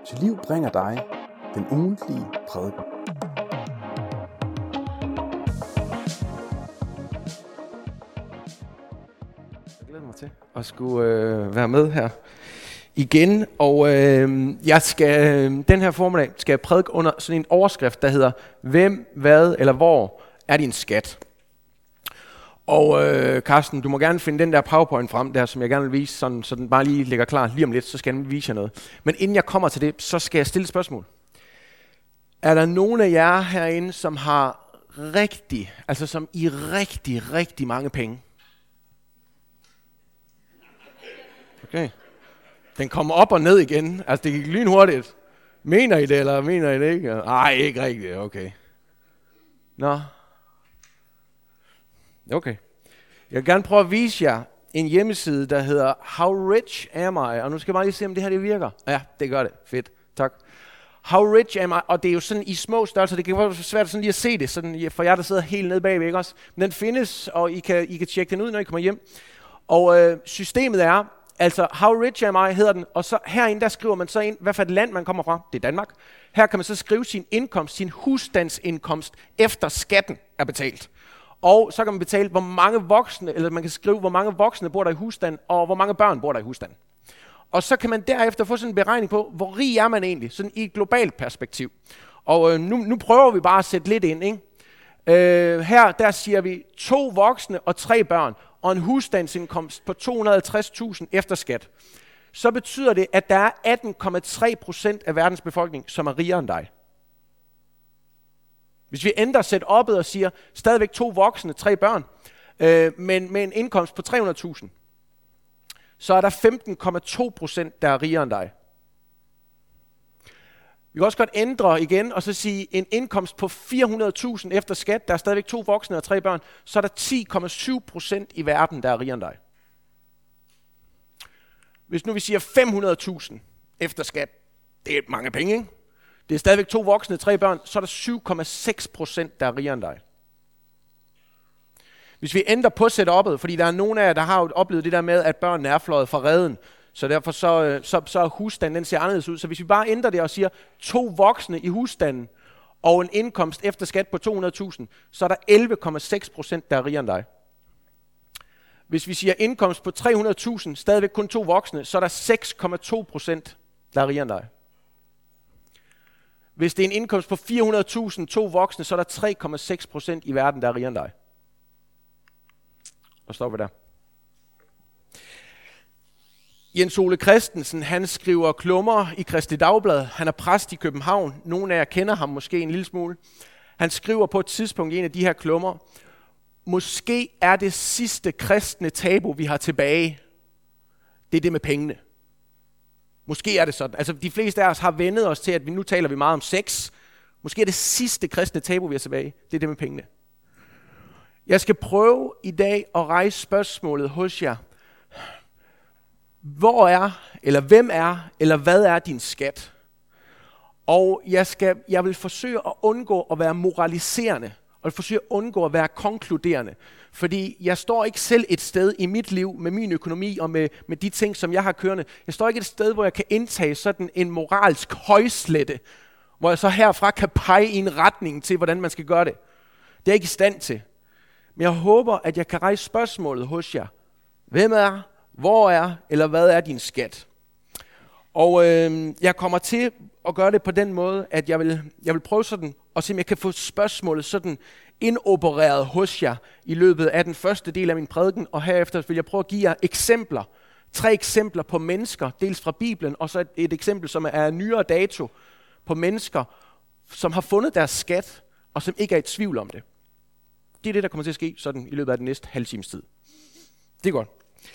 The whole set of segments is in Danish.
til Liv bringer dig den ugentlige prædiken. Jeg glæder mig til at skulle være med her igen, og jeg skal den her formiddag skal jeg prædike under sådan en overskrift, der hedder hvem, hvad eller hvor er din skat? Og Carsten, du må gerne finde den der PowerPoint frem der, som jeg gerne vil vise, sådan, så den bare lige ligger klar lige om lidt, så skal jeg vise jer noget. Men inden jeg kommer til det, så skal jeg stille et spørgsmål. Er der nogen af jer herinde, som har rigtig mange penge? Okay. Den kommer op og ned igen. Altså, det gik lynhurtigt. Mener I det, eller mener I det ikke? Nej, ikke rigtigt. Okay. Nå. Okay. Jeg vil gerne prøve at vise jer en hjemmeside, der hedder How Rich Am I? Og nu skal jeg bare lige se, om det her det virker. Ja, det gør det. Fedt. Tak. How Rich Am I? Og det er jo sådan i små størrelser. Det kan være svært sådan lige at se det, sådan for jer, der sidder helt nede bagved, ikke også? Men den findes, og I kan tjekke den ud, når I kommer hjem. Og systemet er, altså How Rich Am I hedder den, og så herinde, der skriver man så ind, hvad for et land man kommer fra. Det er Danmark. Her kan man så skrive sin indkomst, sin husstandsindkomst, efter skatten er betalt. Og så kan man betale, hvor mange voksne, eller man kan skrive, hvor mange voksne bor der i husstand, og hvor mange børn bor der i husstand. Og så kan man derefter få sådan en beregning på, hvor rig er man egentlig, sådan i et globalt perspektiv. Og nu prøver vi bare at sætte lidt ind, ikke? Her, der siger vi 2 voksne og 3 børn, og en husstandsindkomst på 250.000 efter skat. Så betyder det, at der er 18,3% af verdens befolkning, som er rigere end dig. Hvis vi ændrer setup'et og siger, stadigvæk 2 voksne, 3 børn, men med en indkomst på 300.000, så er der 15,2%, der er rigere end dig. Vi kan også godt ændre igen og så sige, en indkomst på 400.000 efter skat, der er stadigvæk 2 voksne og 3 børn, så er der 10,7% i verden, der er rigere end dig. Hvis nu vi siger 500.000 efter skat, det er mange penge, ikke? Det er stadigvæk 2 voksne, 3 børn, så er der 7,6%, der er rigere end dig. Hvis vi ændrer på setup'et, fordi der er nogle af jer, der har jo oplevet det der med, at børnene er fløjet fra reden, så derfor så er husstanden, den ser anderledes ud. Så hvis vi bare ændrer det og siger 2 voksne i husstanden, og en indkomst efter skat på 200.000, så er der 11,6%, der er rigere end dig. Hvis vi siger indkomst på 300.000, stadigvæk kun 2 voksne, så er der 6,2%, der er rigere end dig. Hvis det er en indkomst på 400.000, 2 voksne, så er der 3,6% i verden, der er rigere end dig. Og stopper der. Jens Ole Christensen, han skriver klummer i Kristi Dagblad. Han er præst i København. Nogle af jer kender ham måske en lille smule. Han skriver på et tidspunkt i en af de her klummer, måske er det sidste kristne tabu, vi har tilbage, det er det med pengene. Måske er det sådan. Altså de fleste af os har vendet os til, at nu taler vi meget om sex. Måske er det sidste kristne tabu, vi har tilbage, det er det med pengene. Jeg skal prøve i dag at rejse spørgsmålet hos jer. Hvor er, eller hvem er, eller hvad er din skat? Og jeg vil forsøge at undgå at være moraliserende, og jeg vil forsøge at undgå at være konkluderende. Fordi jeg står ikke selv et sted i mit liv med min økonomi og med de ting, som jeg har kørende. Jeg står ikke et sted, hvor jeg kan indtage sådan en moralsk højslette, hvor jeg så herfra kan pege i en retning til, hvordan man skal gøre det. Det er jeg ikke i stand til. Men jeg håber, at jeg kan rejse spørgsmålet hos jer. Hvem er, hvor er, eller hvad er din skat? Og jeg kommer til at gøre det på den måde, at jeg vil prøve sådan, og se om jeg kan få spørgsmålet sådan indopereret hos jer i løbet af den første del af min prædiken, og herefter vil jeg prøve at give jer eksempler. 3 eksempler på mennesker, dels fra Bibelen, og så et eksempel, som er nyere dato, på mennesker, som har fundet deres skat, og som ikke er i tvivl om det. Det er det, der kommer til at ske sådan i løbet af den næste halv times tid. Det er godt.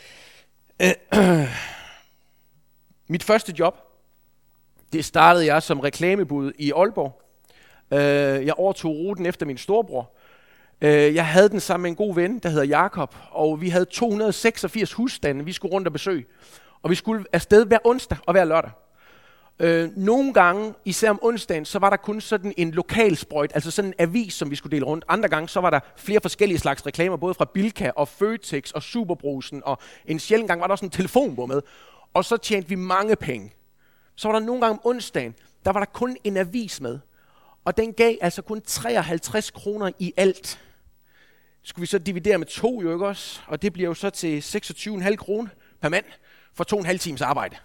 Mit første job, det startede jeg som reklamebud i Aalborg. Jeg overtog ruten efter min storebror. Jeg havde den sammen med en god ven, der hedder Jakob, og vi havde 286 husstande, vi skulle rundt og besøge. Og vi skulle afsted hver onsdag og hver lørdag. Nogle gange, især om onsdagen, så var der kun sådan en lokalsprøjt, altså sådan en avis, som vi skulle dele rundt. Andre gange, så var der flere forskellige slags reklamer, både fra Bilka og Føtex og Superbrusen, og en sjældent gang var der også en telefonbord med. Og så tjente vi mange penge. Så var der nogle gange om onsdagen, der var der kun en avis med. Og den gav altså kun 53 kroner i alt. Skulle vi så dividere med 2, jo ikke også? Og det bliver jo så til 26,5 kroner per mand for 2,5 times arbejde.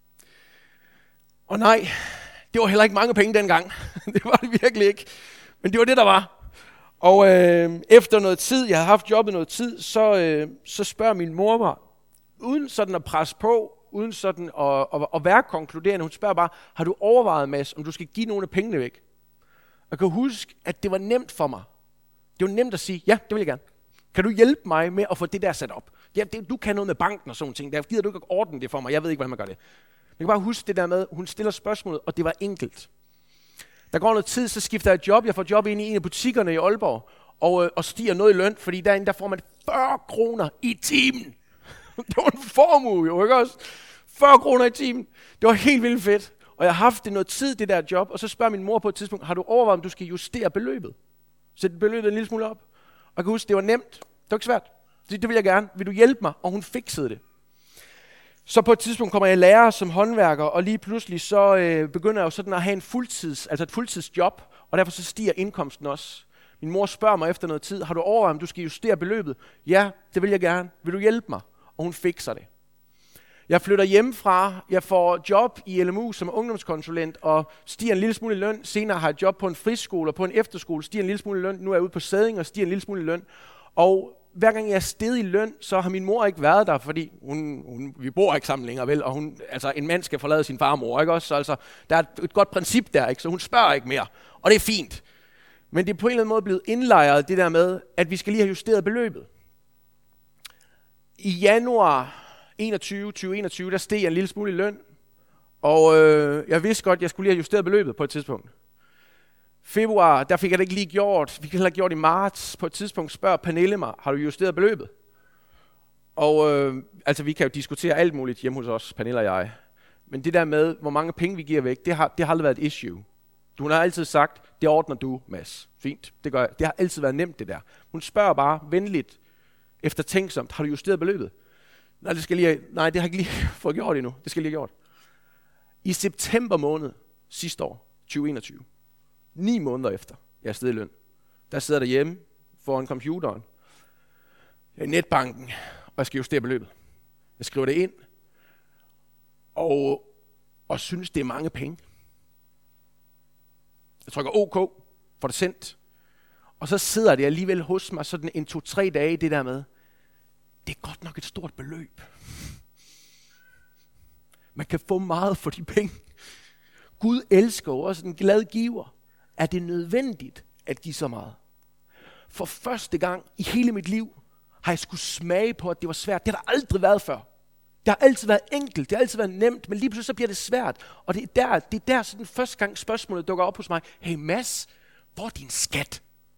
Og nej, det var heller ikke mange penge dengang. Det var det virkelig ikke. Men det var det, der var. Og efter noget tid, jeg havde haft jobbet noget tid, så spørger min mor mig, uden sådan at presse på, uden sådan at være konkluderende, hun spørger bare, har du overvejet, Mads, om du skal give nogle af pengene væk? Jeg kan huske, at det var nemt for mig. Det var nemt at sige, ja, det vil jeg gerne. Kan du hjælpe mig med at få det der sat op? Ja, du kan noget med banken og sådan ting. Der gider du ikke at ordne det for mig. Jeg ved ikke, hvordan man gør det. Jeg kan bare huske det der med, hun stiller spørgsmålet, og det var enkelt. Der går noget tid, så skifter jeg job. Jeg får job ind i en af butikkerne i Aalborg, og stiger noget i løn, fordi derinde der får man 40 kroner i timen. Det var en formue jo, ikke også? 40 kroner i timen. Det var helt vildt fedt. Og jeg har haft det noget tid, det der job, og så spørger min mor på et tidspunkt, har du overvejet, om du skal justere beløbet? Sætte beløbet en lille smule op. Og jeg kan huske, det var nemt. Det var ikke svært. Det vil jeg gerne. Vil du hjælpe mig? Og hun fiksede det. Så på et tidspunkt kommer jeg i lære som håndværker, og lige pludselig så begynder jeg jo sådan at have et fuldtidsjob, og derfor så stiger indkomsten også. Min mor spørger mig efter noget tid, har du overvejet, om du skal justere beløbet? Ja, det vil jeg gerne. Vil du hjælpe mig? Og hun fikser det. Jeg flytter hjemmefra, jeg får job i LMU som ungdomskonsulent, og stiger en lille smule i løn. Senere har jeg job på en friskole og på en efterskole, stiger en lille smule i løn. Nu er jeg ude på Sæding og stiger en lille smule i løn. Og hver gang jeg er steget i løn, så har min mor ikke været der, fordi vi bor ikke sammen længere, vel? Og en mand skal forlade sin farmor, ikke også? Så altså, der er et godt princip der, ikke? Så hun spørger ikke mere, og det er fint. Men det er på en eller anden måde blevet indlejret, det der med, at vi skal lige have justeret beløbet. I januar 2021, der steg jeg en lille smule i løn, og jeg vidste godt, at jeg skulle lige have justeret beløbet på et tidspunkt. Februar, der fik jeg det ikke lige gjort. Vi fik heller ikke gjort i marts. På et tidspunkt spørger Pernille mig, har du justeret beløbet? Og vi kan jo diskutere alt muligt hjemme hos os, Pernille og jeg. Men det der med, hvor mange penge vi giver væk, det har aldrig været et issue. Hun har altid sagt, det ordner du, Mads. Fint, det gør jeg. Det har altid været nemt, det der. Hun spørger bare venligt, eftertænksomt, har du justeret beløbet? Nej, det har jeg ikke lige fået gjort endnu. Det skal jeg lige have gjort. I september måned sidste år, 2021, 9 måneder efter, jeg er stedet i løn, der sidder der hjemme foran computeren, i netbanken, og jeg skal justere beløbet. Jeg skriver det ind, og synes, det er mange penge. Jeg trykker OK, får det sendt, og så sidder det alligevel hos mig sådan en 2-3 dage, det der med, det er godt nok et stort beløb. Man kan få meget for de penge. Gud elsker jo også en glad giver. Er det nødvendigt at give så meget? For første gang i hele mit liv har jeg skulle smage på, at det var svært. Det har der aldrig været før. Det har altid været enkelt, det har altid været nemt, men lige pludselig så bliver det svært. Og det er der så den første gang spørgsmålet dukker op hos mig. Hey Mads, hvor er din skat?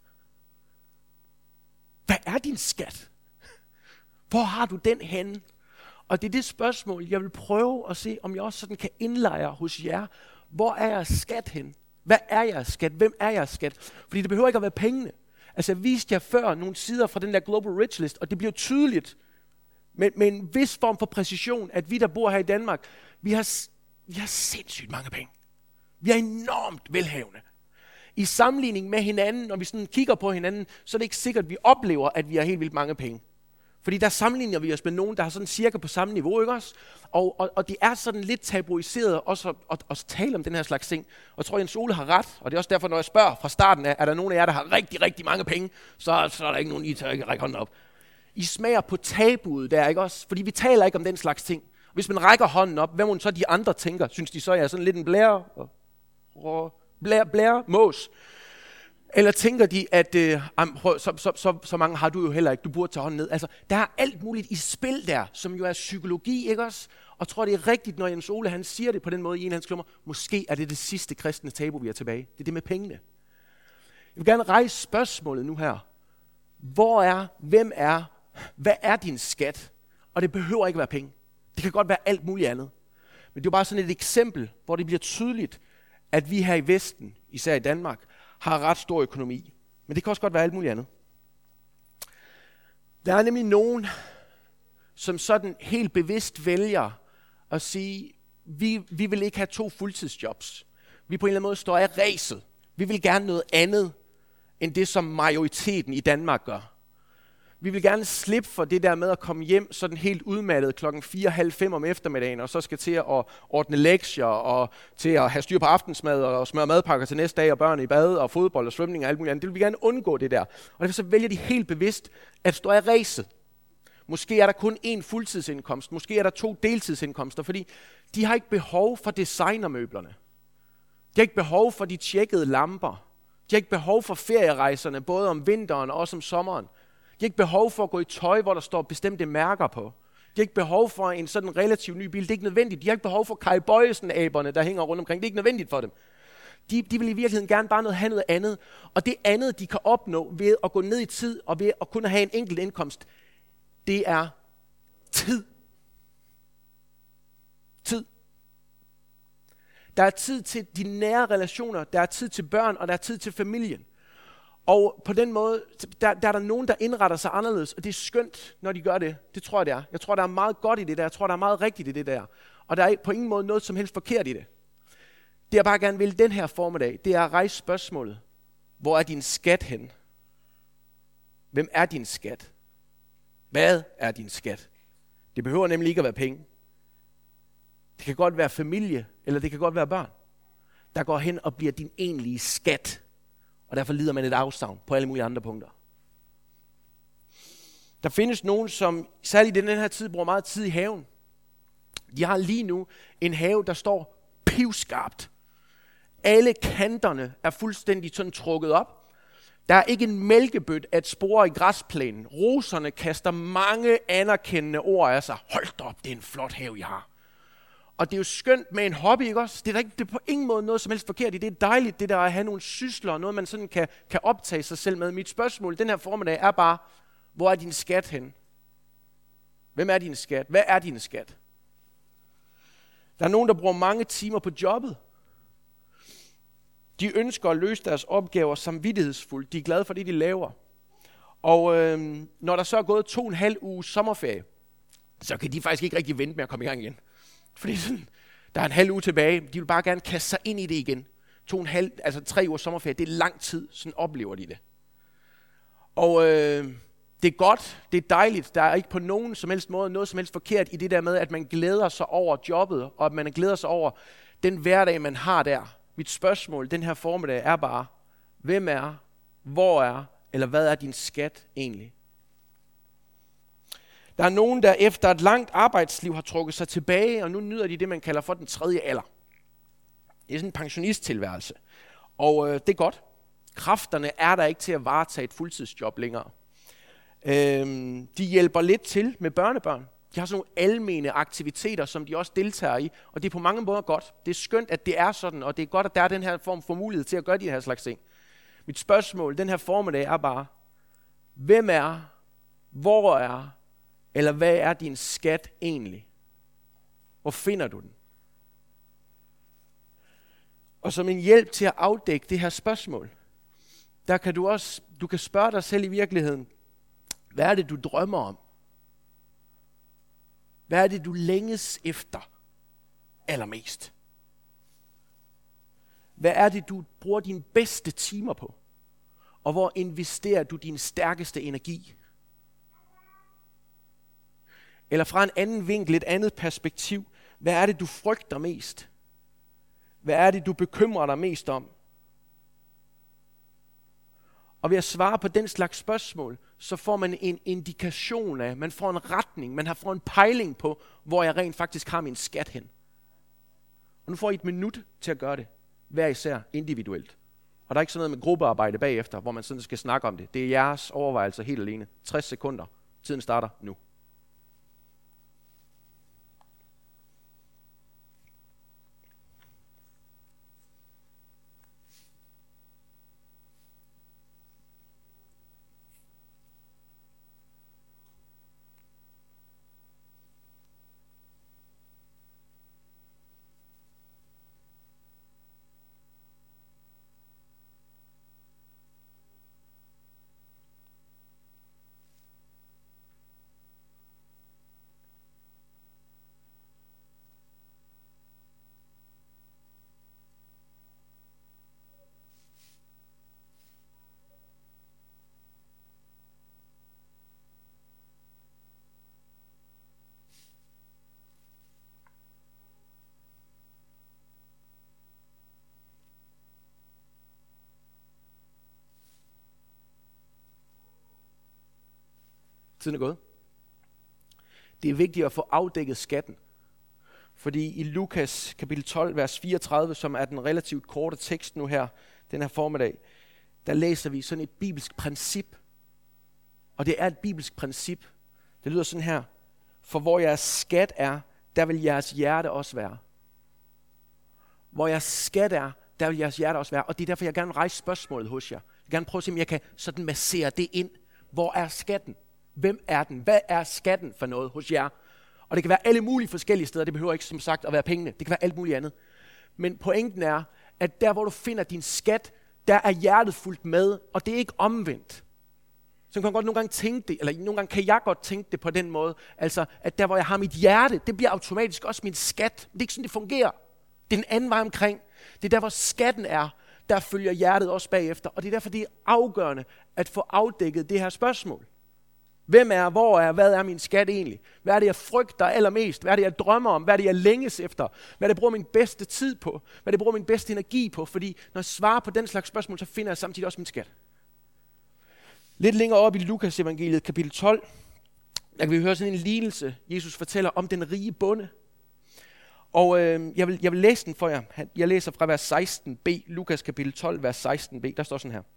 Hvad er din skat? Hvor har du den henne? Og det er det spørgsmål, jeg vil prøve at se, om jeg også sådan kan indlejre hos jer. Hvor er jeres skat henne? Hvad er jeres skat? Hvem er jeres skat? Fordi det behøver ikke at være pengene. Altså jeg viste jer før nogle sider fra den der Global Rich List, og det bliver tydeligt med en vis form for præcision, at vi der bor her i Danmark, vi har sindssygt mange penge. Vi er enormt velhavende. I sammenligning med hinanden, når vi sådan kigger på hinanden, så er det ikke sikkert, at vi oplever, at vi har helt vildt mange penge. Fordi der sammenligner vi os med nogen, der har sådan cirka på samme niveau, ikke også? Og det er sådan lidt tabuiseret også at tale om den her slags ting. Og jeg tror, Jens Ole har ret, og det er også derfor, når jeg spørger fra starten af, er der nogen af jer, der har rigtig, rigtig mange penge, så er der ikke nogen, I tør ikke række hånden op. I smager på tabuet der, ikke også? Fordi vi taler ikke om den slags ting. Hvis man rækker hånden op, hvad må så de andre tænker? Synes de så, jeg er sådan lidt en blæremås? Eller tænker de, at så mange har du jo heller ikke, du burde tage hånden ned. Altså, der er alt muligt i spil der, som jo er psykologi, ikke også? Og jeg tror, det er rigtigt, når Jens Ole han siger det på den måde i en af hans klummer. Måske er det sidste kristne tabu, vi har tilbage. Det er det med pengene. Jeg vil gerne rejse spørgsmålet nu her. Hvad er din skat? Og det behøver ikke være penge. Det kan godt være alt muligt andet. Men det er jo bare sådan et eksempel, hvor det bliver tydeligt, at vi her i Vesten, især i Danmark, har ret stor økonomi. Men det kan også godt være alt muligt andet. Der er nemlig nogen, som sådan helt bevidst vælger at sige, vi vil ikke have 2 fuldtidsjobs. Vi på en eller anden måde står af ræset. Vi vil gerne noget andet, end det, som majoriteten i Danmark gør. Vi vil gerne slippe for det der med at komme hjem sådan helt udmattet 4:30 om eftermiddagen, og så skal til at ordne lektier, og til at have styr på aftensmad, og smøre madpakker til næste dag, og børn i bad, og fodbold og svømning og alt muligt andet. Det vil vi gerne undgå det der. Og derfor så vælger de helt bevidst at stå af ræset. Måske er der kun 1 fuldtidsindkomst, måske er der 2 deltidsindkomster, fordi de har ikke behov for designermøblerne. De har ikke behov for de tjekkede lamper. De har ikke behov for ferierejserne, både om vinteren og også om sommeren. De har ikke behov for at gå i tøj, hvor der står bestemte mærker på. De har ikke behov for en sådan relativt ny bil. Det er ikke nødvendigt. De har ikke behov for Kai Bøjesen-aberne, der hænger rundt omkring. Det er ikke nødvendigt for dem. De vil i virkeligheden gerne bare have noget andet. Og det andet, de kan opnå ved at gå ned i tid og ved at kun have en enkelt indkomst, det er tid. Tid. Der er tid til de nære relationer, der er tid til børn, og der er tid til familien. Og på den måde, der er der nogen, der indretter sig anderledes, og det er skønt, når de gør det. Det tror jeg, det er. Jeg tror, der er meget godt i det der. Jeg tror, der er meget rigtigt i det der. Og der er på ingen måde noget som helst forkert i det. Det jeg bare gerne vil den her formiddag, det er at rejse spørgsmålet. Hvor er din skat hen? Hvem er din skat? Hvad er din skat? Det behøver nemlig ikke at være penge. Det kan godt være familie, eller det kan godt være børn, der går hen og bliver din egentlige skat. Og derfor lider man et afsavn på alle mulige andre punkter. Der findes nogen, som særligt i den her tid bruger meget tid i haven. De har lige nu en have, der står pivskarpt. Alle kanterne er fuldstændig sådan trukket op. Der er ikke en mælkebøtte at spore i græsplænen. Roserne kaster mange anerkendende ord af sig. Hold da op, det er en flot have, I har. Og det er jo skønt med en hobby, ikke også? Det er på ingen måde noget som helst forkert i. Det er dejligt, det der at have nogle sysler, noget man sådan kan optage sig selv med. Mit spørgsmål den her formiddag er bare, hvor er din skat hen? Hvem er din skat? Hvad er din skat? Der er nogen, der bruger mange timer på jobbet. De ønsker at løse deres opgaver samvittighedsfuldt. De er glade for det, de laver. Og når der så er gået 2,5 uges sommerferie, så kan de faktisk ikke rigtig vente med at komme i gang igen. Fordi sådan, der er en halv uge tilbage, de vil bare gerne kaste sig ind i det igen. 3 ugers sommerferie, det er lang tid, sådan oplever de det. Og det er godt, det er dejligt, der er ikke på nogen som helst måde noget som helst forkert i det der med, at man glæder sig over jobbet, og at man glæder sig over den hverdag, man har der. Mit spørgsmål den her formiddag er bare, hvem er, hvor er, eller hvad er din skat egentlig? Der er nogen, der efter et langt arbejdsliv har trukket sig tilbage, og nu nyder de det, man kalder for den 3. alder. Det er sådan en pensionisttilværelse. Og det er godt. Kræfterne er der ikke til at varetage et fuldtidsjob længere. De hjælper lidt til med børnebørn. De har sådan nogle almene aktiviteter, som de også deltager i, og det er på mange måder godt. Det er skønt, at det er sådan, og det er godt, at der er den her form for mulighed til at gøre de her slags ting. Mit spørgsmål den her formiddag er bare, hvem er, hvor er, eller hvad er din skat egentlig? Hvor finder du den? Og som en hjælp til at afdække det her spørgsmål, der kan du kan spørge dig selv i virkeligheden, hvad er det, du drømmer om? Hvad er det, du længes efter allermest? Hvad er det, du bruger dine bedste timer på? Og hvor investerer du din stærkeste energi? Eller fra en anden vinkel, et andet perspektiv, hvad er det, du frygter mest? Hvad er det, du bekymrer dig mest om? Og ved at svare på den slags spørgsmål, så får man en indikation af, man får en retning, man får en pejling på, hvor jeg rent faktisk har min skat hen. Og nu får I et minut til at gøre det, hver især individuelt. Og der er ikke sådan noget med gruppearbejde bagefter, hvor man sådan skal snakke om det. Det er jeres overvejelser helt alene. 60 sekunder. Tiden starter nu. Tiden er gået. Det er vigtigt at få afdækket skatten. Fordi i Lukas kapitel 12, vers 34, som er den relativt korte tekst nu her, den her formiddag, der læser vi sådan et bibelsk princip. Og det er et bibelsk princip. Det lyder sådan her. For hvor jeres skat er, der vil jeres hjerte også være. Hvor jeres skat er, der vil jeres hjerte også være. Og det er derfor, jeg gerne vil rejse spørgsmålet hos jer. Jeg vil gerne prøve at se, om jeg kan sådan massere det ind. Hvor er skatten? Hvem er den? Hvad er skatten for noget hos jer? Og det kan være alle mulige forskellige steder. Det behøver ikke som sagt at være pengene. Det kan være alt muligt andet. Men pointen er, at der hvor du finder din skat, der er hjertet fuldt med. Og det er ikke omvendt. Så kan man godt nogle gange tænke det, eller nogle gange kan jeg godt tænke det på den måde. Altså, at der hvor jeg har mit hjerte, det bliver automatisk også min skat. Det er ikke sådan, det fungerer. Det er den anden vej omkring. Det er der, hvor skatten er. Der følger hjertet også bagefter. Og det er derfor, det er afgørende at få afdækket det her spørgsmål. Hvem er, hvor er, hvad er min skat egentlig? Hvad er det, jeg frygter allermest? Hvad er det, jeg drømmer om? Hvad er det, jeg længes efter? Hvad er det, jeg bruger min bedste tid på? Hvad er det, jeg bruger min bedste energi på? Fordi når jeg svarer på den slags spørgsmål, så finder jeg samtidig også min skat. Lidt længere op i Lukas evangeliet, kapitel 12, der kan vi høre sådan en lignelse. Jesus fortæller om den rige bonde. Og jeg vil læse den for jer. Jeg læser fra vers 16b, Lukas kapitel 12, vers 16b. Der står sådan her.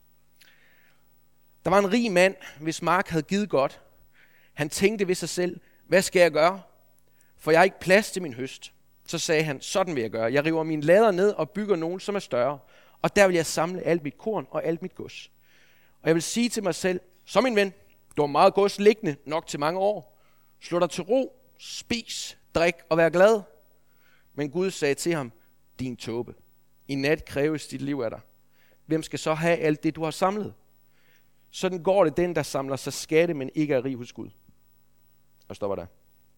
Der var en rig mand, hvis mark havde givet godt. Han tænkte ved sig selv, hvad skal jeg gøre? For jeg har ikke plads til min høst. Så sagde han, sådan vil jeg gøre. Jeg river mine lader ned og bygger nogen, som er større. Og der vil jeg samle alt mit korn og alt mit gods. Og jeg vil sige til mig selv, så min ven, du har meget gods liggende nok til mange år. Slå dig til ro, spis, drik og vær glad. Men Gud sagde til ham, din tåbe, i nat kræves dit liv af dig. Hvem skal så have alt det, du har samlet? Sådan går det den, der samler sig skatte, men ikke er rig hos Gud. Og stopper der.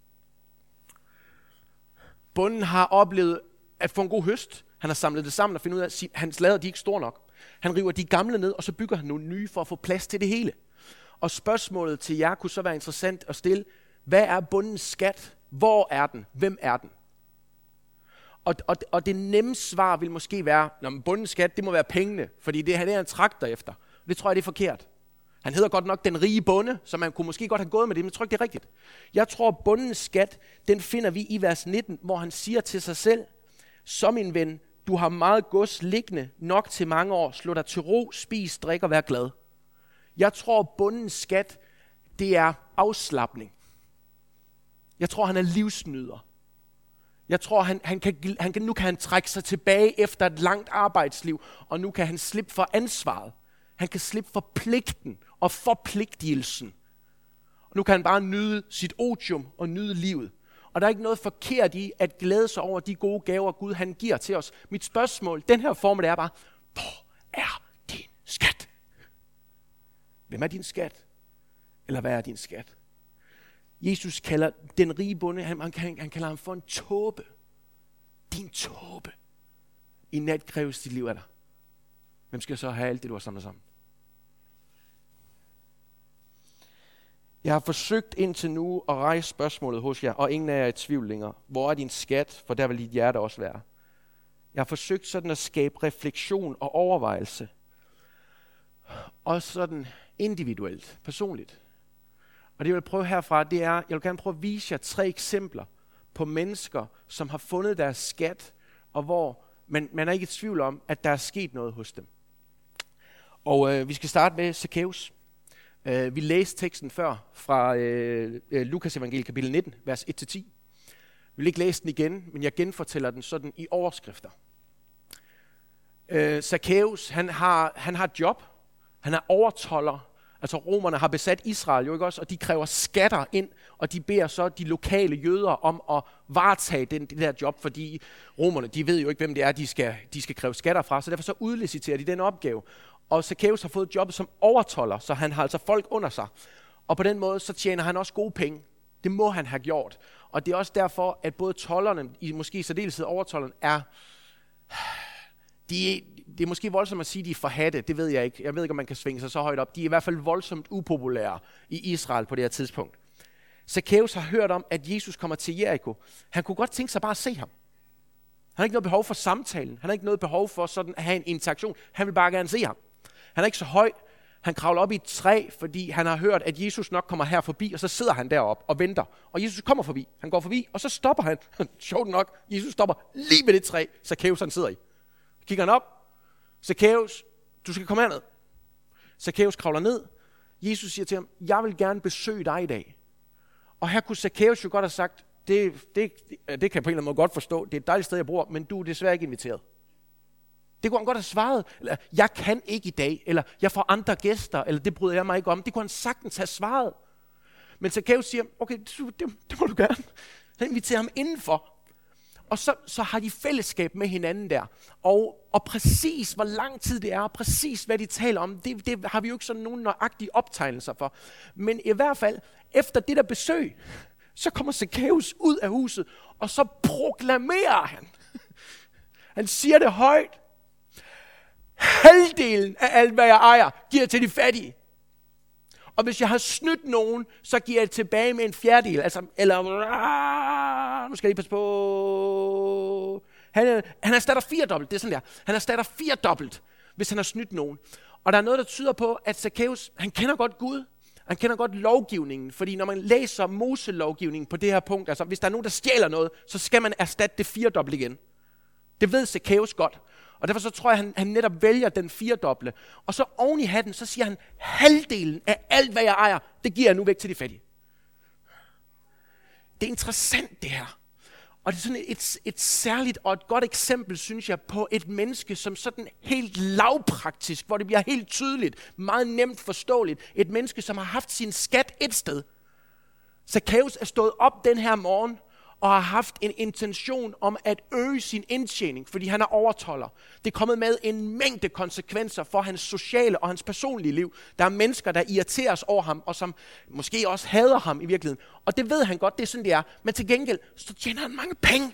Bonden har oplevet at få en god høst. Han har samlet det sammen og fundet ud af, at hans lader de er ikke store nok. Han river de gamle ned, og så bygger han nogle nye for at få plads til det hele. Og spørgsmålet til jer kunne så være interessant at stille. Hvad er bondens skat? Hvor er den? Hvem er den? Og det nemme svar vil måske være, når bondens skat, det må være pengene, fordi det er han trakter efter. Det tror jeg, det er forkert. Han hedder godt nok den rige bonde, så man kunne måske godt have gået med det, men jeg tror ikke, det er rigtigt. Jeg tror, bondens skat, den finder vi i vers 19, hvor han siger til sig selv, så min ven, du har meget gods liggende nok til mange år, slå dig til ro, spis, drik og vær glad. Jeg tror, bondens skat, det er afslapning. Jeg tror, han er livsnyder. Jeg tror, nu kan han trække sig tilbage efter et langt arbejdsliv, og nu kan han slippe for ansvaret. Han kan slippe for pligten og forpligtigelsen. Og nu kan han bare nyde sit otium og nyde livet. Og der er ikke noget forkert i at glæde sig over de gode gaver, Gud han giver til os. Mit spørgsmål, den her formel er bare, hvor er din skat? Hvem er din skat? Eller hvad er din skat? Jesus kalder den rige bonde, han kalder ham for en tåbe. Din tåbe. I nat kræves dit liv af dig. Hvem skal så have alt det, du har samlet sammen? Jeg har forsøgt indtil nu at rejse spørgsmålet hos jer, og ingen af jer er i tvivl længere. Hvor er din skat? For der vil dit hjerte også være. Jeg har forsøgt sådan at skabe refleksion og overvejelse. Og sådan individuelt, personligt. Og det jeg vil prøve herfra, det er, jeg vil gerne prøve at vise jer 3 eksempler på mennesker, som har fundet deres skat, og hvor man er ikke i tvivl om, at der er sket noget hos dem. Og vi skal starte med Zacchaeus. Vi læste teksten før fra Lukas evangeliet kapitel 19, vers 1-10. Vi vil ikke læse den igen, men jeg genfortæller den sådan i overskrifter. Zacchaeus, han har et job. Han er overtolder. Altså romerne har besat Israel jo ikke også, og de kræver skatter ind, og de beder så de lokale jøder om at varetage det der job, fordi romerne, de ved jo ikke, hvem det er, de skal kræve skatter fra, så derfor så udliciterer de den opgave. Og Zacchaeus har fået jobbet som overtolder, så han har altså folk under sig. Og på den måde, så tjener han også gode penge. Det må han have gjort. Og det er også derfor, at både tolderne, måske i særdeleshed overtolderne, det er måske voldsomt at sige, at de er forhatte. Det ved jeg ikke. Jeg ved ikke, om man kan svinge sig så højt op. De er i hvert fald voldsomt upopulære i Israel på det her tidspunkt. Zacchaeus har hørt om, at Jesus kommer til Jericho. Han kunne godt tænke sig bare at se ham. Han har ikke noget behov for samtalen. Han har ikke noget behov for sådan at have en interaktion. Han vil bare gerne se ham. Han er ikke så høj. Han kravler op i et træ, fordi han har hørt, at Jesus nok kommer her forbi, og så sidder han deroppe og venter. Og Jesus kommer forbi. Han går forbi, og så stopper han. Sjovt nok, Jesus stopper lige ved det træ, Zakæus han sidder i. Kigger han op. Zakæus, du skal komme herned. Zakæus kravler ned. Jesus siger til ham, jeg vil gerne besøge dig i dag. Og her kunne Zakæus jo godt have sagt, det kan jeg på en eller anden måde godt forstå. Det er et dejligt sted, jeg bor, men du er desværre ikke inviteret. Det kunne han godt have svaret. Eller, jeg kan ikke i dag. Eller, jeg får andre gæster. Eller, det bryder jeg mig ikke om. Det kunne han sagtens have svaret. Men Zakæus siger, okay, det må du gerne. Så inviterer ham indenfor. Og så har de fællesskab med hinanden der. Og præcis hvor lang tid det er, og præcis hvad de taler om, det har vi jo ikke sådan nogen nøjagtige optegnelser for. Men i hvert fald, efter det der besøg, så kommer Zakæus ud af huset, og så proklamerer han. Han siger det højt. Halvdelen af alt, hvad jeg ejer, giver til de fattige. Og hvis jeg har snydt nogen, så giver jeg det tilbage med en fjerdedel. Altså, nu skal jeg lige passe på. Han erstatter 4-dobbelt, det er sådan der. Han erstatter 4-dobbelt, hvis han har snydt nogen. Og der er noget, der tyder på, at Zakæus, han kender godt Gud. Han kender godt lovgivningen, fordi når man læser Moselovgivningen på det her punkt, altså hvis der er nogen, der stjæler noget, så skal man erstatte det 4-dobbelt igen. Det ved Zakæus godt. Og derfor så tror jeg, han netop vælger den 4-dobbelte. Og så oven i hatten, så siger han, halvdelen af alt, hvad jeg ejer, det giver jeg nu væk til de fattige. Det er interessant det her. Og det er sådan et særligt og et godt eksempel, synes jeg, på et menneske, som sådan helt lavpraktisk, hvor det bliver helt tydeligt, meget nemt forståeligt. Et menneske, som har haft sin skat et sted. Zakæus er stået op den her morgen, og har haft en intention om at øge sin indtjening, fordi han er overtolder. Det er kommet med en mængde konsekvenser for hans sociale og hans personlige liv. Der er mennesker, der irriteres over ham, og som måske også hader ham i virkeligheden. Og det ved han godt, det er sådan, det er. Men til gengæld, så tjener han mange penge.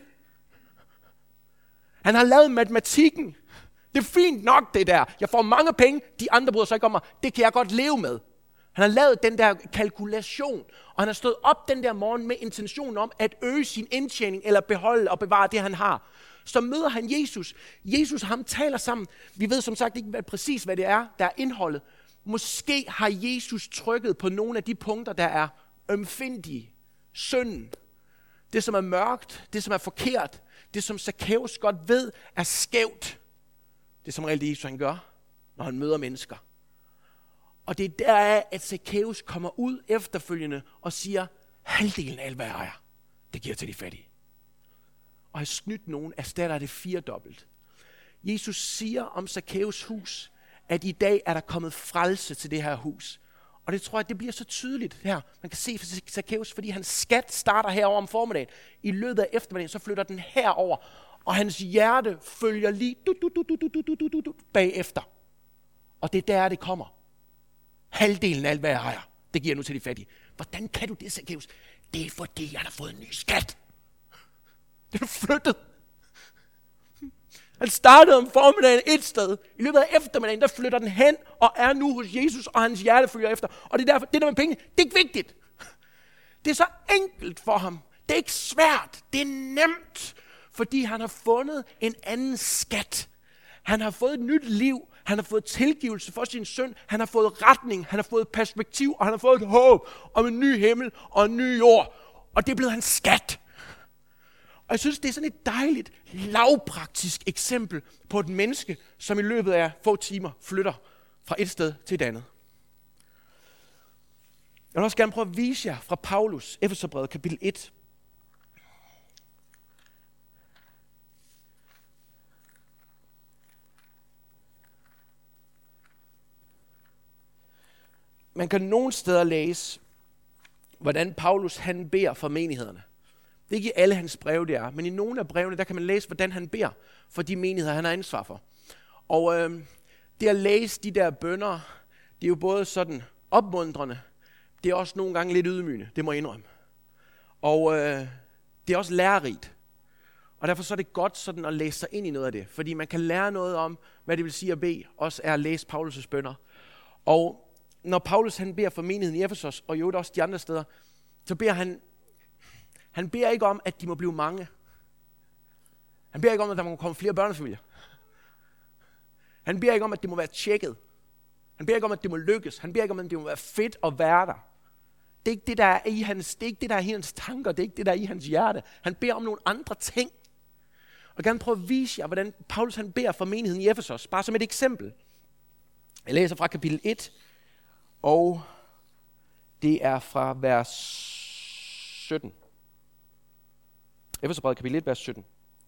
Han har lavet matematikken. Det er fint nok, det der. Jeg får mange penge, de andre bryder sig ikke om mig. Det kan jeg godt leve med. Han har lavet den der kalkulation, og han har stået op den der morgen med intentionen om at øge sin indtjening, eller beholde og bevare det, han har. Så møder han Jesus. Jesus og ham taler sammen. Vi ved som sagt ikke præcis, hvad det er, der er indholdet. Måske har Jesus trykket på nogle af de punkter, der er ømfindige, synden. Det, som er mørkt, det, som er forkert, det, som Zakæus godt ved, er skævt. Det er som regel det, Jesus han gør, når han møder mennesker. Og det er deraf, at Zakæus kommer ud efterfølgende og siger, halvdelen af alt, hvad jeg ejer, det giver til de fattige. Og har snydt nogen, erstatter det 4-dobbelt. Jesus siger om Zakæus hus, at i dag er der kommet frelse til det her hus. Og det tror jeg, det bliver så tydeligt her. Man kan se for Zakæus, fordi hans skat starter herover om formiddagen. I løbet af eftermiddagen, så flytter den herover, og hans hjerte følger lige bagefter. Og det er der, det kommer. Halvdelen af alt, hvad jeg ejer, det giver jeg nu til de fattige. Hvordan kan du det, Zakæus? Det er fordi, jeg har fået en ny skat. Den er flyttet. Han startede om formiddagen et sted. I løbet af eftermiddagen, der flytter den hen og er nu hos Jesus, og hans hjerte følger efter. Og det er derfor, det der med penge, det er ikke vigtigt. Det er så enkelt for ham. Det er ikke svært. Det er nemt, fordi han har fundet en anden skat. Han har fået et nyt liv. Han har fået tilgivelse for sin synd. Han har fået retning. Han har fået perspektiv. Og han har fået et håb om en ny himmel og en ny jord. Og det er blevet hans skat. Og jeg synes, det er sådan et dejligt, lavpraktisk eksempel på et menneske, som i løbet af få timer flytter fra et sted til et andet. Jeg vil også gerne prøve at vise jer fra Paulus, Efeserbrevet kapitel 1. Man kan nogle steder læse, hvordan Paulus han beder for menighederne. Det er ikke i alle hans breve, det er, men i nogle af brevene, der kan man læse, hvordan han beder for de menigheder, han har ansvar for. Og det at læse de der bønner, det er jo både sådan opmuntrende, det er også nogle gange lidt ydmygende, det må jeg indrømme. Og det er også lærerigt. Og derfor så er det godt sådan at læse sig ind i noget af det, fordi man kan lære noget om, hvad det vil sige at bede, også er at læse Paulus' bønner. Og når Paulus han beder for menigheden i Efesos, og jo også de andre steder, så beder han beder ikke om, at de må blive mange. Han beder ikke om, at der må komme flere børnefamilier. Han beder ikke om, at det må være tjekket. Han beder ikke om, at det må lykkes. Han beder ikke om, at det må være fedt at være der. Det er ikke det, der er i hans, det er ikke det, der er i hans tanker. Det er ikke det, der er i hans hjerte. Han beder om nogle andre ting. Og jeg vil gerne prøve at vise jer, hvordan Paulus han beder for menigheden i Efesos. Bare som et eksempel. Jeg læser fra kapitel 1, og det er fra vers 17. Efeserbrevet kapitel 1, vers 17.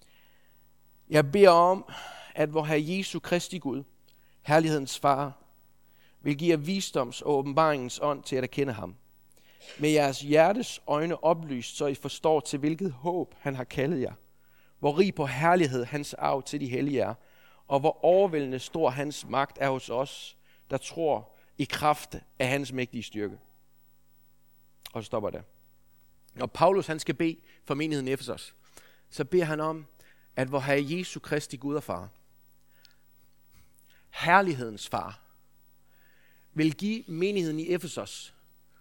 Jeg beder om, at vor Herre Jesu Kristi Gud, herlighedens far, vil give jer visdoms- og åbenbaringens ånd til at erkende ham. Med jeres hjertes øjne oplyst, så I forstår til hvilket håb han har kaldet jer. Hvor rig på herlighed hans arv til de hellige er, og hvor overvældende stor hans magt er hos os, der tror i kraft af hans mægtige styrke. Og så stopper det. Når Paulus han skal bede for menigheden i Efesos, så beder han om, at vor Herre Jesu Kristi Gud og far, herlighedens far, vil give menigheden i Efesos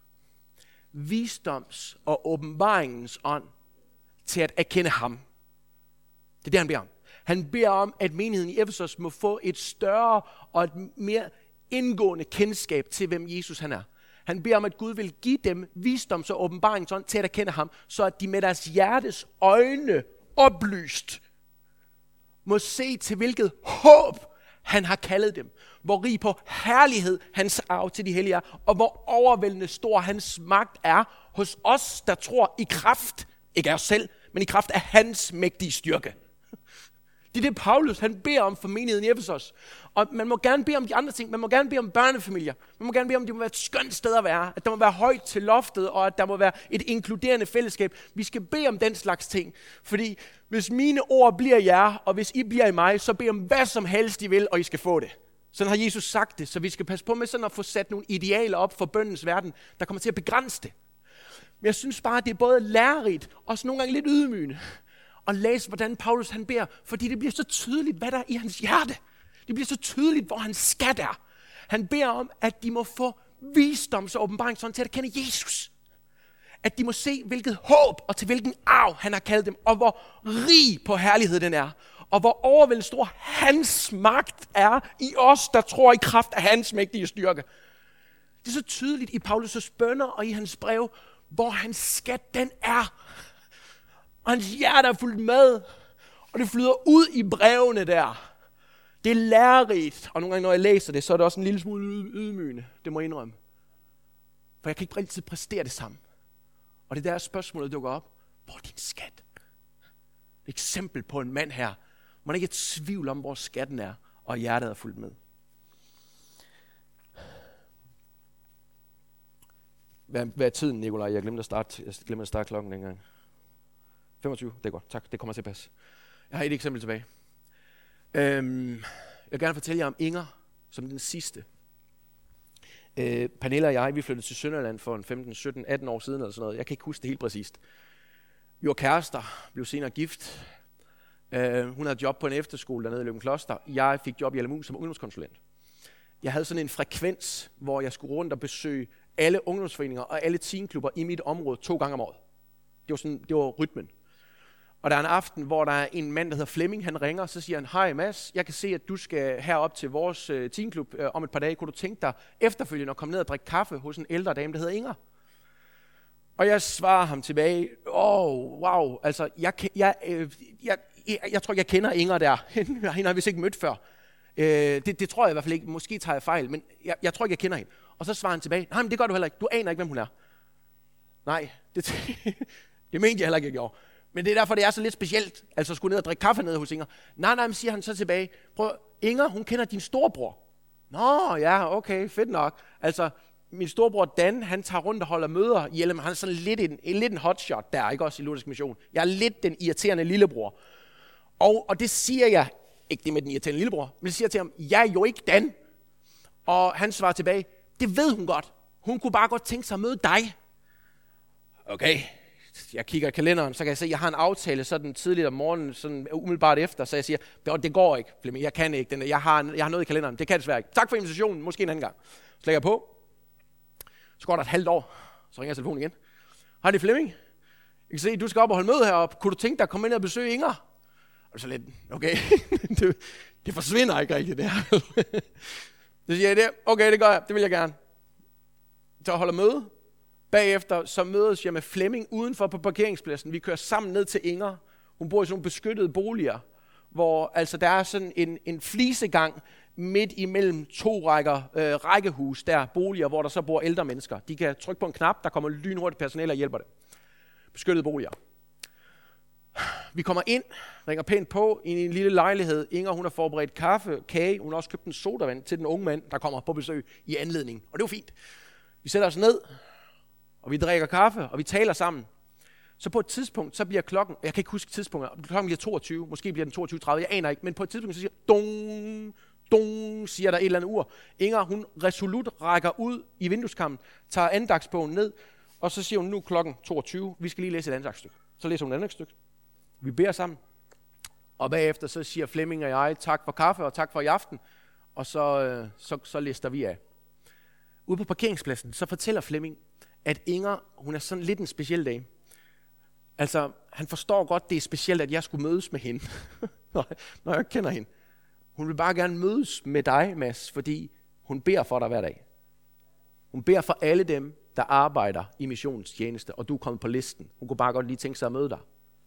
visdoms- og åbenbaringens ånd til at erkende ham. Det er det, han beder om. Han beder om, at menigheden i Efesos må få et større og et mere indgående kendskab til, hvem Jesus han er. Han beder om, at Gud vil give dem visdoms- og åbenbaringens ånd til at erkende ham, så at de med deres hjertes øjne oplyst må se til hvilket håb han har kaldet dem. Hvor rig på herlighed hans arv til de hellige er, og hvor overvældende stor hans magt er hos os, der tror i kraft, ikke af os selv, men i kraft af hans mægtige styrke. Det er det, Paulus han beder om for menigheden i Efesos. Og man må gerne bede om de andre ting. Man må gerne bede om børnefamilier. Man må gerne bede om, det må være et skønt sted at være. At der må være højt til loftet, og at der må være et inkluderende fællesskab. Vi skal bede om den slags ting. Fordi hvis mine ord bliver jer, og hvis I bliver i mig, så bed om hvad som helst I vil, og I skal få det. Sådan har Jesus sagt det, så vi skal passe på med sådan at få sat nogle idealer op for bønnens verden, der kommer til at begrænse det. Men jeg synes bare, at det er både lærerigt og også nogle gange lidt ydmygende at læse, hvordan Paulus han beder, fordi det bliver så tydeligt, hvad der er i hans hjerte. Det bliver så tydeligt, hvor hans skat er. Han beder om, at de må få visdoms- og åbenbaringsånd til at kende Jesus. At de må se, hvilket håb og til hvilken arv han har kaldt dem, og hvor rig på herlighed den er, og hvor overvældende stor hans magt er i os, der tror i kraft af hans mægtige styrke. Det er så tydeligt i Paulus' bønner og i hans brev, hvor hans skat den er. Og hans hjerte er fuldt med, og det flyder ud i brevene der. Det er lærerigt, og nogle gange når jeg læser det, så er det også en lille smule ydmygende, det må jeg indrømme. For jeg kan ikke altid præstere det samme. Og det der spørgsmålet dukker op, hvor er din skat? Et eksempel på en mand her, man er ikke et tvivl om, hvor skatten er, og hjertet er fuldt med. Hvad er tiden, Nikolaj? Jeg glemte at starte klokken dengang. 25, det er godt. Tak, det kommer til at passe. Jeg har et eksempel tilbage. Jeg vil gerne fortælle jer om Inger, som den sidste. Pernille og jeg, vi flyttede til Sønderland for en 15, 17, 18 år siden, eller sådan noget. Jeg kan ikke huske det helt præcist. Vi var kærester, blev senere gift. Hun havde job på en efterskole dernede i Løgumkloster. Jeg fik job i Allermus som ungdomskonsulent. Jeg havde sådan en frekvens, hvor jeg skulle rundt og besøge alle ungdomsforeninger og alle teenklubber i mit område 2 gange om året. Det var rytmen. Og der er en aften, hvor der er en mand, der hedder Flemming, han ringer, og så siger han, hej Mads, jeg kan se, at du skal herop til vores teenklub om et par dage. Kunne du tænke dig efterfølgende at komme ned og drikke kaffe hos en ældre dame, der hedder Inger? Og jeg svarer ham tilbage, wow, altså jeg tror ikke, jeg kender Inger der. Hende har vi ikke mødt før. Det tror jeg i hvert fald ikke. Måske tager jeg fejl, men jeg tror ikke, jeg kender hende. Og så svarer han tilbage, nej, men det gør du heller ikke. Du aner ikke, hvem hun er. Nej, det mente jeg heller ikke, jeg gjorde. Men det er derfor, det er så lidt specielt, altså at skulle ned og drikke kaffe nede hos Inger. Nej, men siger han så tilbage, prøv, Inger, hun kender din storebror. Nå, ja, okay, fedt nok. Altså, min storebror Dan, han tager rundt og holder møder i Hjelm. Han er sådan lidt en hotshot der, ikke også i Luthersk Mission. Jeg er lidt den irriterende lillebror. Og det siger jeg, ikke det med den irriterende lillebror, men det siger til ham, jeg er jo ikke Dan. Og han svarer tilbage, det ved hun godt. Hun kunne bare godt tænke sig at møde dig. Okay. Jeg kigger i kalenderen, så kan jeg se, at jeg har en aftale sådan tidligt om morgenen, sådan umiddelbart efter, så jeg siger, det går ikke, Flemming, jeg kan ikke, jeg har noget i kalenderen, det kan jeg desværre ikke. Tak for invitationen, måske en anden gang. Så lægger jeg på, så går der et halvt år, så ringer jeg telefonen igen. Hej, det er Flemming. Jeg kan se, du skal op og holde møde heroppe. Kunne du tænke dig at komme ind og besøge Inger? Og så lidt, okay, det forsvinder ikke rigtigt det her. Så siger jeg det. Okay, det gør jeg. Det vil jeg gerne. Så holder møde. Bagefter så mødes jeg med Flemming udenfor på parkeringspladsen. Vi kører sammen ned til Inger. Hun bor i sådan nogle beskyttede boliger, hvor altså der er sådan en flisegang midt imellem 2 rækker rækkehus, der boliger, hvor der så bor ældre mennesker. De kan trykke på en knap, der kommer lynhurtigt personale og hjælper det. Beskyttede boliger. Vi kommer ind, ringer pænt på i en lille lejlighed. Inger, hun har forberedt kaffe, kage. Hun har også købt en sodavand til den unge mand, der kommer på besøg i anledning. Og det var fint. Vi sætter os ned, og vi drikker kaffe, og vi taler sammen. Så på et tidspunkt, så bliver klokken, jeg kan ikke huske tidspunktet, klokken bliver 22, måske bliver den 22.30, jeg aner ikke, men på et tidspunkt, så siger dong, dong, siger der et eller andet ur. Inger, hun resolut rækker ud i vindueskarmen, tager andagsbogen ned, og så siger hun, nu klokken 22, vi skal lige læse et andagsstykke. Så læser hun et andagsstykke. Vi beder sammen, og bagefter så siger Flemming og jeg, tak for kaffe og tak for i aften, og så lister vi af. Ude på parkeringspladsen, så fortæller Flemming, at Inger, hun er sådan lidt en speciel dag. Altså, han forstår godt, det er specielt, at jeg skulle mødes med hende, når jeg kender hende. Hun vil bare gerne mødes med dig, Mads, fordi hun beder for dig hver dag. Hun beder for alle dem, der arbejder i missionens tjeneste, og du er kommet på listen. Hun kunne bare godt lige tænke sig at møde dig.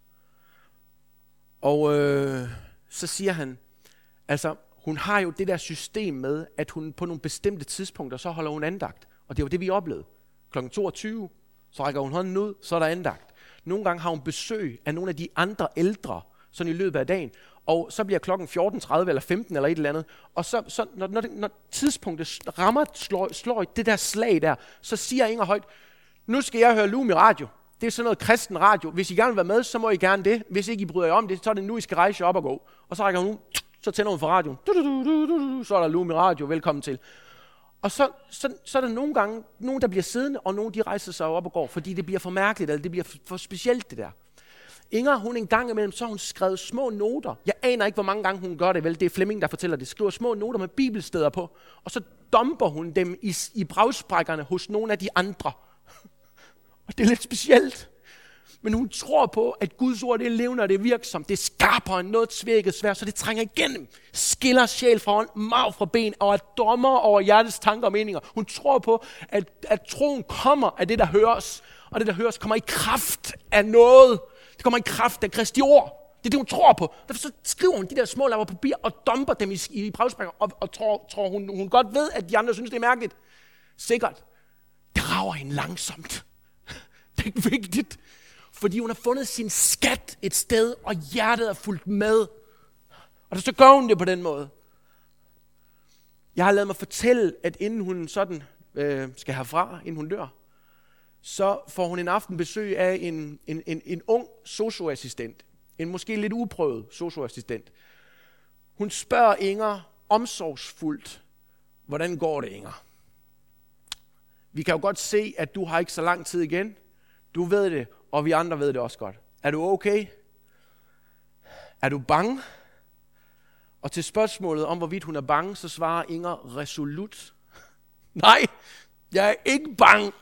Og så siger han, altså, hun har jo det der system med, at hun på nogle bestemte tidspunkter, så holder hun andagt. Og det var det, vi oplevede. Klokken 22, så rækker hun hånden ud, så er der andagt. Nogle gange har hun besøg af nogle af de andre ældre, sådan i løbet af dagen, og så bliver klokken 14.30 eller 15 eller et eller andet, og så når tidspunktet rammer, slår det der slag der, så siger Inger højt, nu skal jeg høre Lum i radio. Det er sådan noget kristen radio. Hvis I gerne vil være med, så må I gerne det. Hvis ikke I bryder jer om det, så er det nu, I skal rejse op og gå. Og så rækker hun ud, så tænder hun for radioen. Så er der Lum i radio, velkommen til. Og så er der nogle gange, nogen der bliver siddende, og nogen de rejser sig op og går, fordi det bliver for mærkeligt, eller det bliver for specielt det der. Inger, hun en gang imellem, så har hun skrevet små noter. Jeg aner ikke, hvor mange gange hun gør det, vel? Det er Flemming, der fortæller det. Skriver små noter med bibelsteder på, og så dumper hun dem i bragsprækkerne hos nogle af de andre. Og det er lidt specielt. Men hun tror på, at Guds ord det er levende, og det er virksomt. Det er skarpere end noget svækket sværd, så det trænger igennem. Skiller sjæl fra hånd, marv fra ben, og er dommer over hjertets tanker og meninger. Hun tror på, at troen kommer af det, der høres. Og det, der høres, kommer i kraft af noget. Det kommer i kraft af Kristi ord. Det er det, hun tror på. Derfor så skriver hun de der små lapper papir og dumper dem i brevsprækker, og tror hun godt ved, at de andre synes, det er mærkeligt. Sikkert. Det rager hende langsomt. Det er ikke vigtigt. Fordi hun har fundet sin skat et sted, og hjertet er fulgt med. Og så gør hun det på den måde. Jeg har ladet mig fortælle, at inden hun sådan skal herfra, inden hun dør, så får hun en aften besøg af en ung socioassistent. En måske lidt uprøvet socioassistent. Hun spørger Inger omsorgsfuldt, hvordan går det, Inger? Vi kan jo godt se, at du har ikke så lang tid igen. Du ved det, og vi andre ved det også godt. Er du okay? Er du bange? Og til spørgsmålet om, hvorvidt hun er bange, så svarer Inger resolut. Nej, jeg er ikke bange.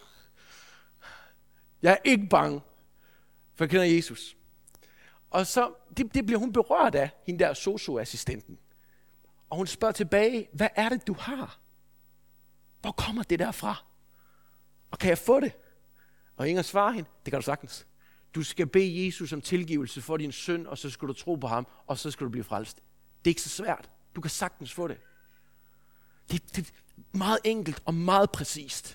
Jeg er ikke bange, for jeg kender Jesus. Og så det bliver hun berørt af, hende der socioassistenten. Og hun spørger tilbage, hvad er det, du har? Hvor kommer det der fra? Og kan jeg få det? Og Inger svarer hende, det kan du sagtens. Du skal bede Jesus om tilgivelse for din synd, og så skal du tro på ham, og så skal du blive frelst. Det er ikke så svært. Du kan sagtens få det. Det er meget enkelt og meget præcist.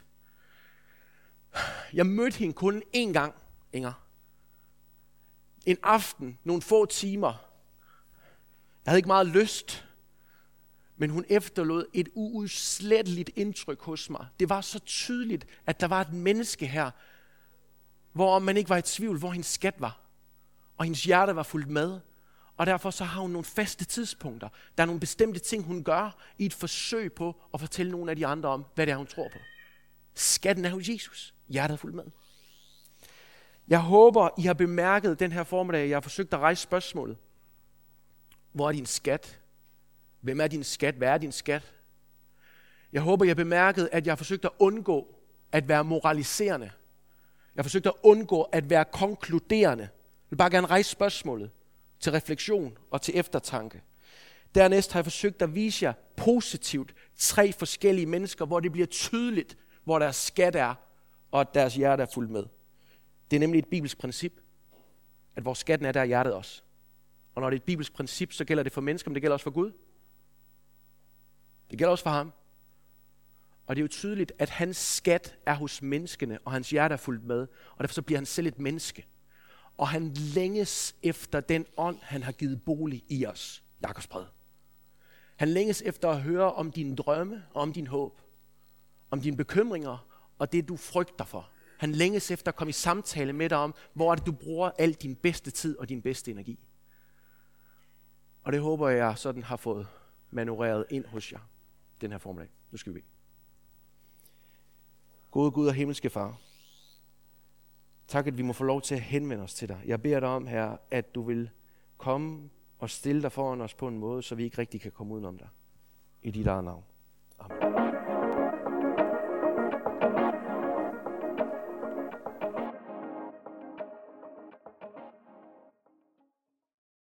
Jeg mødte hende kun én gang, Inger. En aften, nogle få timer. Jeg havde ikke meget lyst, men hun efterlod et uudsletteligt indtryk hos mig. Det var så tydeligt, at der var et menneske her, hvor man ikke var i tvivl, hvor hendes skat var. Og hendes hjerte var fuldt med. Og derfor så har hun nogle faste tidspunkter. Der er nogle bestemte ting, hun gør i et forsøg på at fortælle nogle af de andre om, hvad det er, hun tror på. Skatten er hos Jesus. Hjertet er fuldt med. Jeg håber, I har bemærket den her formiddag, at jeg har forsøgt at rejse spørgsmålet. Hvor er din skat? Hvem er din skat? Hvad er din skat? Jeg håber, I har bemærket, at jeg har forsøgt at undgå at være moraliserende. Jeg har forsøgt at undgå at være konkluderende. Jeg vil bare gerne rejse spørgsmålet til refleksion og til eftertanke. Dernæst har jeg forsøgt at vise jer positivt 3 forskellige mennesker, hvor det bliver tydeligt, hvor deres skat er, og at deres hjerte er fuldt med. Det er nemlig et bibelsk princip, at hvor skatten er, der er hjertet også. Og når det er et bibelsk princip, så gælder det for mennesker, men det gælder også for Gud. Det gælder også for ham. Og det er jo tydeligt, at hans skat er hos menneskene, og hans hjerte er fuldt med. Og derfor så bliver han selv et menneske. Og han længes efter den ånd, han har givet bolig i os. Jakobsbrevet. Han længes efter at høre om dine drømme og om din håb. Om dine bekymringer og det, du frygter for. Han længes efter at komme i samtale med dig om, hvor er det, du bruger al din bedste tid og din bedste energi. Og det håber jeg sådan har fået manøvreret ind hos jer den her formiddag. Nu skal vi bede. Gode Gud og himmelske Far, tak, at vi må få lov til at henvende os til dig. Jeg beder dig om, Herre, at du vil komme og stille dig foran os på en måde, så vi ikke rigtig kan komme udenom dig. I dit eget navn.